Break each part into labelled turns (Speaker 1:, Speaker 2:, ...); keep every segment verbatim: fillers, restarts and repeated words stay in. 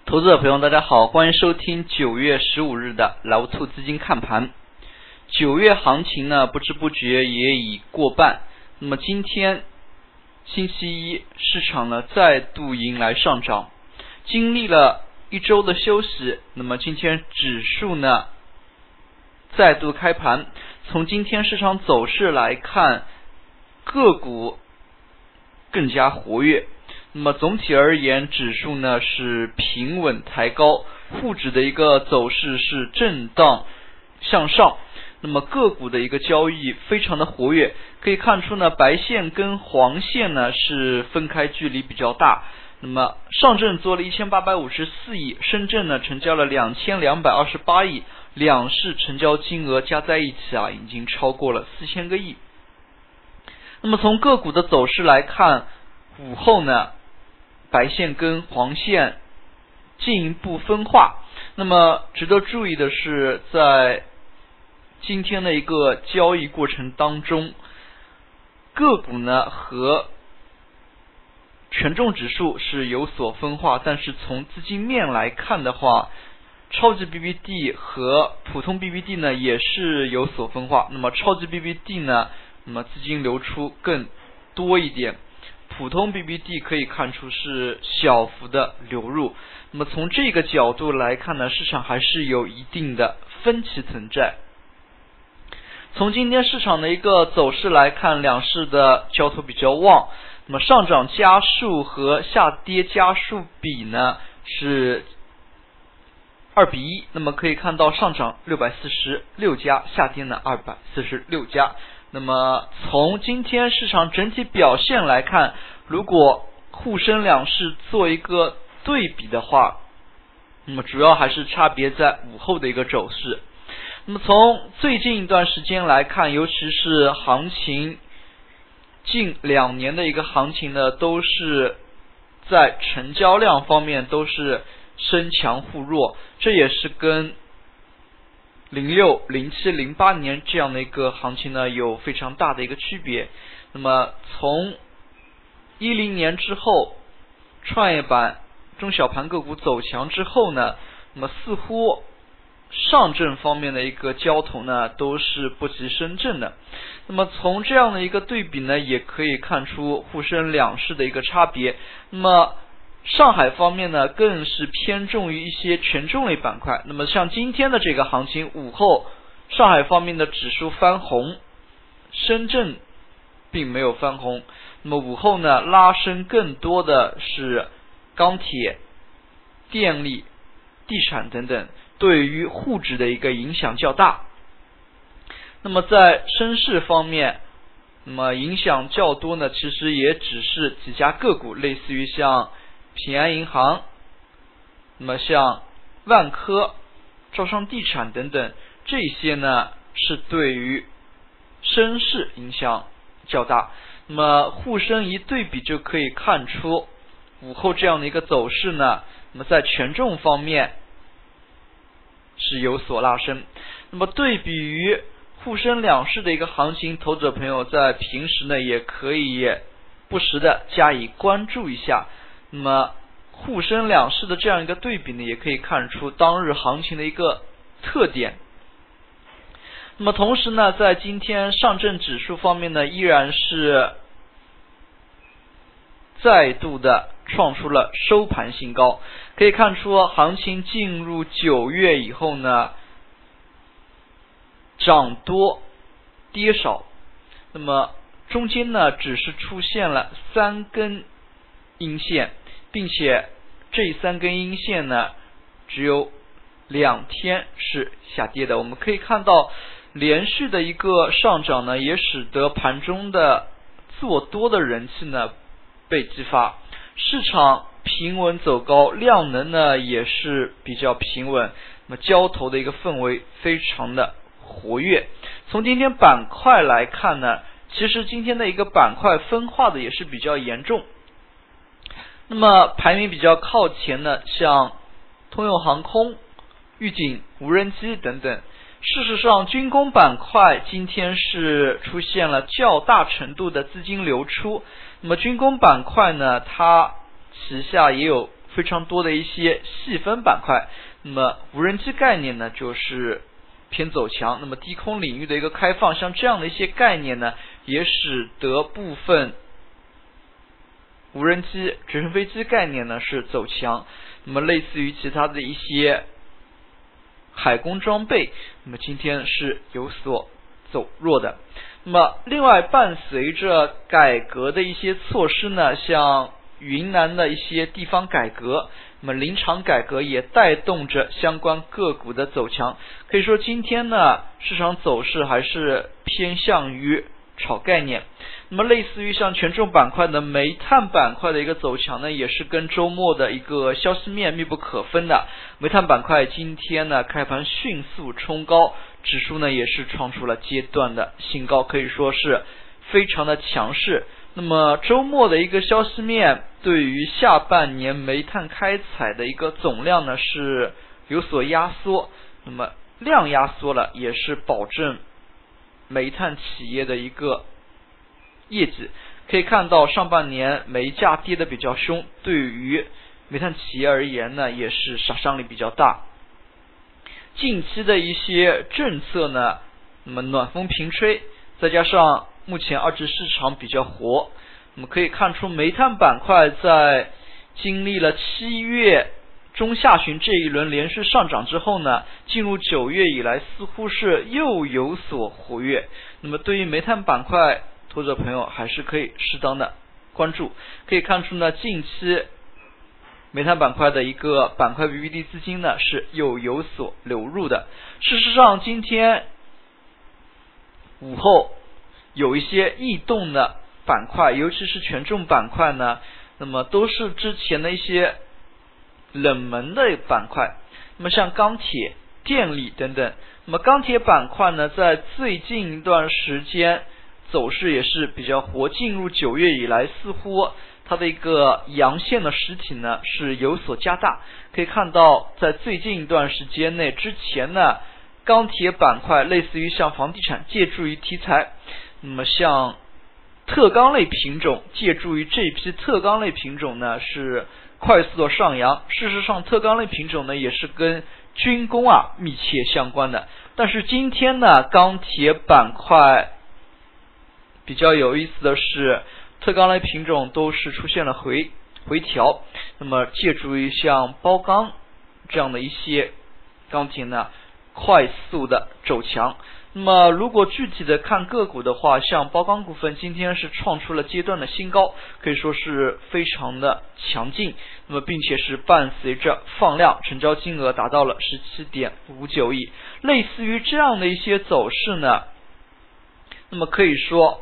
Speaker 1: 投资者朋友大家好，欢迎收听九月十五日的老兔资金看盘。九月行情呢不知不觉也已过半，那么今天星期一市场呢再度迎来上涨，经历了一周的休息，那么今天指数呢再度开盘。从今天市场走势来看，个股更加活跃。那么总体而言，指数呢是平稳抬高，沪指的一个走势是震荡向上。那么个股的一个交易非常的活跃，可以看出呢，白线跟黄线呢是分开距离比较大。那么上证做了一千八百五十四亿，深圳呢成交了两千两百二十八亿，两市成交金额加在一起啊，已经超过了四千个亿。那么从个股的走势来看，午后呢白线跟黄线进一步分化。那么值得注意的是，在今天的一个交易过程当中，个股呢和权重指数是有所分化，但是从资金面来看的话，超级 B B D 和普通 B B D 呢也是有所分化。那么超级 B B D 呢，那么资金流出更多一点，普通 B B D 可以看出是小幅的流入。那么从这个角度来看呢，市场还是有一定的分歧存在。从今天市场的一个走势来看，两市的交投比较旺，那么上涨家数和下跌家数比呢是二比一，那么可以看到上涨六百四十六家，下跌呢二百四十六家。那么从今天市场整体表现来看，如果沪深两市做一个对比的话，那么主要还是差别在午后的一个走势。那么从最近一段时间来看，尤其是行情近两年的一个行情呢，都是在成交量方面都是升强互弱，这也是跟零六、零七、零八年这样的一个行情呢有非常大的一个区别。那么从一零年之后，创业板中小盘个股走强之后呢，那么似乎上证方面的一个交投呢都是不及深圳的。那么从这样的一个对比呢，也可以看出沪深两市的一个差别。那么上海方面呢更是偏重于一些权重类板块。那么像今天的这个行情，午后上海方面的指数翻红，深圳并没有翻红。那么午后呢拉升更多的是钢铁、电力、地产等等，对于沪指的一个影响较大。那么在深市方面，那么影响较多呢，其实也只是几家个股，类似于像平安银行，那么像万科、招商地产等等，这些呢是对于深市影响较大。那么沪深一对比就可以看出，午后这样的一个走势呢，那么在权重方面是有所拉升。那么对比于沪深两市的一个行情，投资者朋友在平时呢也可以不时的加以关注一下。那么沪深两市的这样一个对比呢，也可以看出当日行情的一个特点。那么同时呢，在今天上证指数方面呢，依然是再度的创出了收盘新高。可以看出行情进入九月以后呢，涨多跌少，那么中间呢只是出现了三根阴线，并且这三根阴线呢只有两天是下跌的。我们可以看到连续的一个上涨呢，也使得盘中的做多的人气呢被激发，市场平稳走高，量能呢也是比较平稳，那么交投的一个氛围非常的活跃。从今天板块来看呢，其实今天的一个板块分化的也是比较严重。那么排名比较靠前的像通用航空、预警、无人机等等。事实上军工板块今天是出现了较大程度的资金流出。那么军工板块呢，它旗下也有非常多的一些细分板块。那么无人机概念呢就是偏走强，那么低空领域的一个开放，像这样的一些概念呢，也使得部分无人机、直升飞机概念呢是走强。那么类似于其他的一些海工装备，那么今天是有所走弱的。那么另外伴随着改革的一些措施呢，像云南的一些地方改革，那么林场改革也带动着相关个股的走强。可以说今天呢市场走势还是偏向于炒概念。那么类似于像权重板块的煤炭板块的一个走强呢，也是跟周末的一个消息面密不可分的。煤炭板块今天呢开盘迅速冲高，指数呢也是创出了阶段的新高，可以说是非常的强势。那么周末的一个消息面对于下半年煤炭开采的一个总量呢是有所压缩，那么量压缩了也是保证煤炭企业的一个业绩。可以看到上半年煤价跌得比较凶，对于煤炭企业而言呢也是杀伤力比较大。近期的一些政策呢，那么暖风频吹，再加上目前二级市场比较活，我们可以看出煤炭板块在经历了七月中下旬这一轮连续上涨之后呢，进入九月以来似乎是又有所活跃。那么对于煤炭板块，投资者朋友还是可以适当的关注。可以看出呢，近期煤炭板块的一个板块 B B D 资金呢是又有所流入的。事实上今天午后有一些异动的板块，尤其是权重板块呢，那么都是之前的一些冷门的板块。那么像钢铁、电力等等，那么钢铁板块呢在最近一段时间走势也是比较活，进入九月以来似乎它的一个阳线的实体呢是有所加大。可以看到在最近一段时间内，之前呢钢铁板块类似于像房地产借助于题材，那么像特钢类品种借助于这一批特钢类品种呢是快速的上扬。事实上特钢类品种呢也是跟军工啊密切相关的。但是今天呢钢铁板块比较有意思的是，特钢类品种都是出现了回回调，那么借助于像包钢这样的一些钢铁呢快速的走强。那么如果具体的看个股的话，像包钢股份今天是创出了阶段的新高，可以说是非常的强劲，那么并且是伴随着放量，成交金额达到了 十七点五九亿。类似于这样的一些走势呢，那么可以说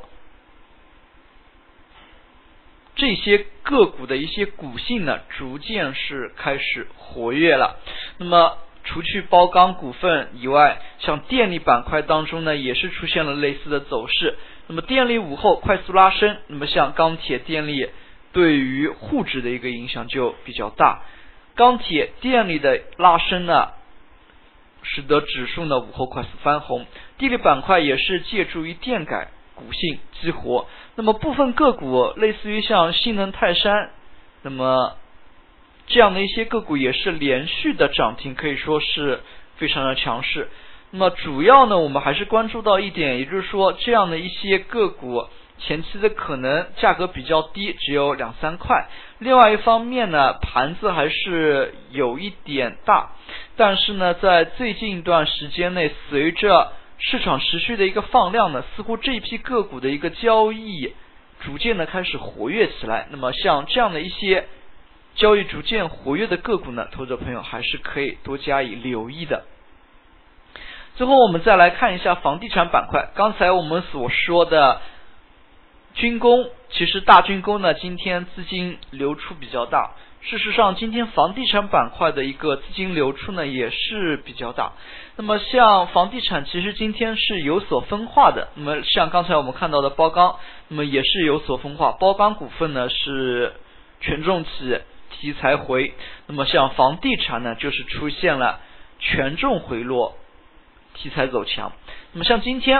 Speaker 1: 这些个股的一些股性呢逐渐是开始活跃了。那么除去包钢股份以外，像电力板块当中呢也是出现了类似的走势。那么电力午后快速拉升，那么像钢铁、电力对于沪指的一个影响就比较大。钢铁、电力的拉升呢使得指数呢午后快速翻红。电力板块也是借助于电改股性激活。那么部分个股类似于像新能泰山，那么这样的一些个股也是连续的涨停，可以说是非常的强势。那么主要呢我们还是关注到一点，也就是说这样的一些个股前期的可能价格比较低，只有两三块。另外一方面呢盘子还是有一点大，但是呢在最近一段时间内，随着市场持续的一个放量呢，似乎这一批个股的一个交易逐渐的开始活跃起来。那么像这样的一些交易逐渐活跃的个股呢，投资者朋友还是可以多加以留意的。最后我们再来看一下房地产板块。刚才我们所说的军工，其实大军工呢今天资金流出比较大。事实上今天房地产板块的一个资金流出呢也是比较大。那么像房地产其实今天是有所分化的，那么像刚才我们看到的包钢，那么也是有所分化。包钢股份呢是权重起题材回，那么像房地产呢就是出现了权重回落题材走强。那么像今天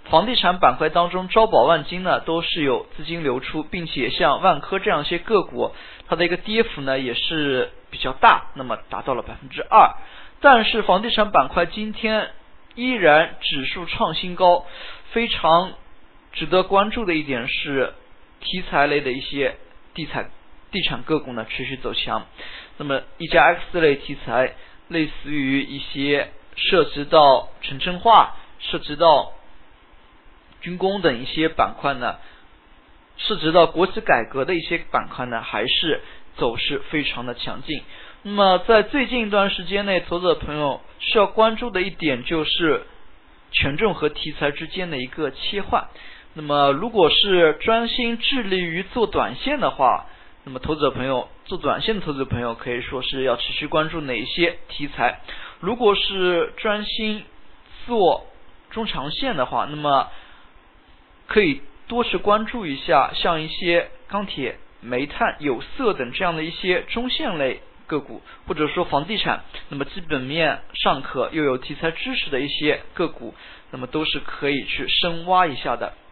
Speaker 1: 房地产板块当中，招宝万金呢都是有资金流出，并且像万科这样一些个股，它的一个跌幅呢也是比较大，那么达到了百分之二。但是房地产板块今天依然指数创新高，非常值得关注的一点是题材类的一些地产地产个股呢持续走强。那么一加 X 类题材，类似于一些涉及到城镇化、涉及到军工等一些板块呢，涉及到国企改革的一些板块呢，还是走势非常的强劲。那么在最近一段时间内，投资者朋友需要关注的一点就是权重和题材之间的一个切换。那么如果是专心致力于做短线的话，那么投资者朋友做短线的投资者朋友可以说是要持续关注哪一些题材。如果是专心做中长线的话，那么可以多去关注一下像一些钢铁、煤炭、有色等这样的一些中线类个股，或者说房地产，那么基本面尚可又有题材支持的一些个股，那么都是可以去深挖一下的。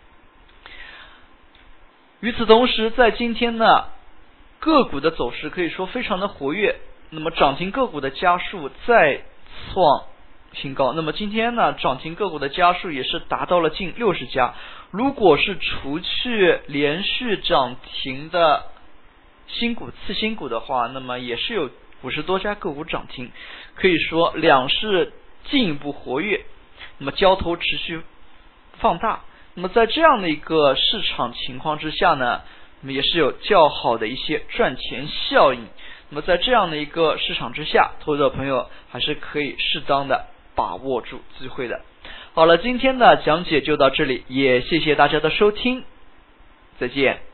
Speaker 1: 与此同时，在今天呢，个股的走势可以说非常的活跃，那么涨停个股的家数再创新高。那么今天呢，涨停个股的家数也是达到了近六十家。如果是除去连续涨停的新股、次新股的话，那么也是有五十多家个股涨停，可以说两市进一步活跃，那么交投持续放大。那么在这样的一个市场情况之下呢，那么也是有较好的一些赚钱效应。那么在这样的一个市场之下，投资者朋友还是可以适当的把握住机会的。好了，今天的讲解就到这里，也谢谢大家的收听，再见。